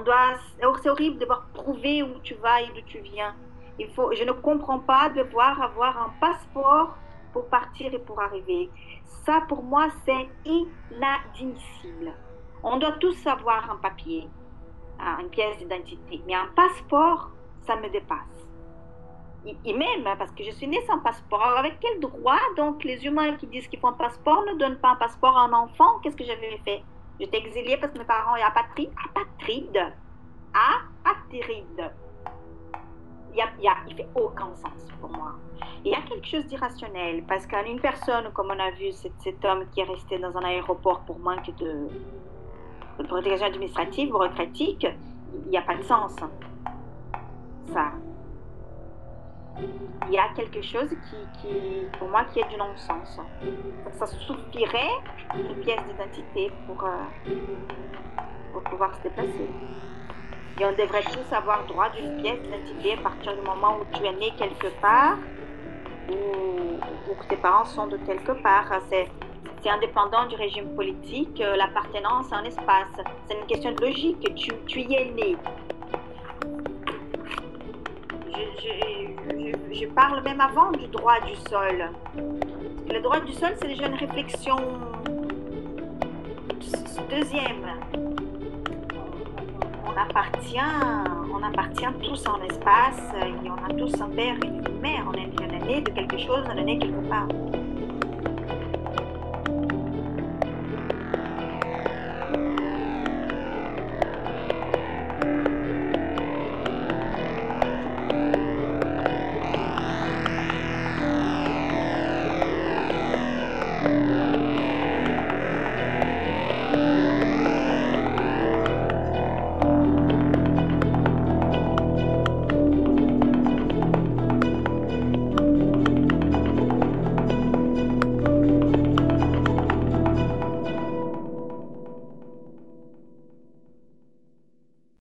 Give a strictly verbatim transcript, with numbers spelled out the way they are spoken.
doit, c'est horrible de devoir prouver où tu vas et d'où tu viens. Il faut, je ne comprends pas de devoir avoir un passeport pour partir et pour arriver. Ça, pour moi, c'est inadmissible. On doit tous avoir un papier, hein, une pièce d'identité, mais un passeport, ça me dépasse. Et même, hein, parce que je suis née sans passeport. Alors, avec quel droit, donc, les humains qui disent qu'ils font un passeport ne donnent pas un passeport à un enfant? Qu'est-ce que j'avais fait? J'étais exilée parce que mes parents étaient apatrides. Apatrides. Apatrides. Il y a, il y a, il fait aucun sens pour moi. Il y a quelque chose d'irrationnel parce qu'une personne, comme on a vu, cet, cet homme qui est resté dans un aéroport pour manque de, de protection administrative, bureaucratique, il n'y a pas de sens. Ça. Il y a quelque chose qui, qui pour moi, qui est du non-sens. Ça suffirait une pièce d'identité pour, euh, pour pouvoir se déplacer. Et on devrait tous avoir droit d'une pièce d'identité à partir du moment où tu es né quelque part ou, ou que tes parents sont de quelque part. C'est, c'est indépendant du régime politique, l'appartenance à un espace. C'est une question de logique. Tu, tu y es né. Je, je, je, je parle même avant du droit du sol. Le droit du sol, c'est déjà une réflexion deuxième. On appartient, on appartient tous en espace et on a tous un père et une mère. On est, on est né de quelque chose, on est né quelque part.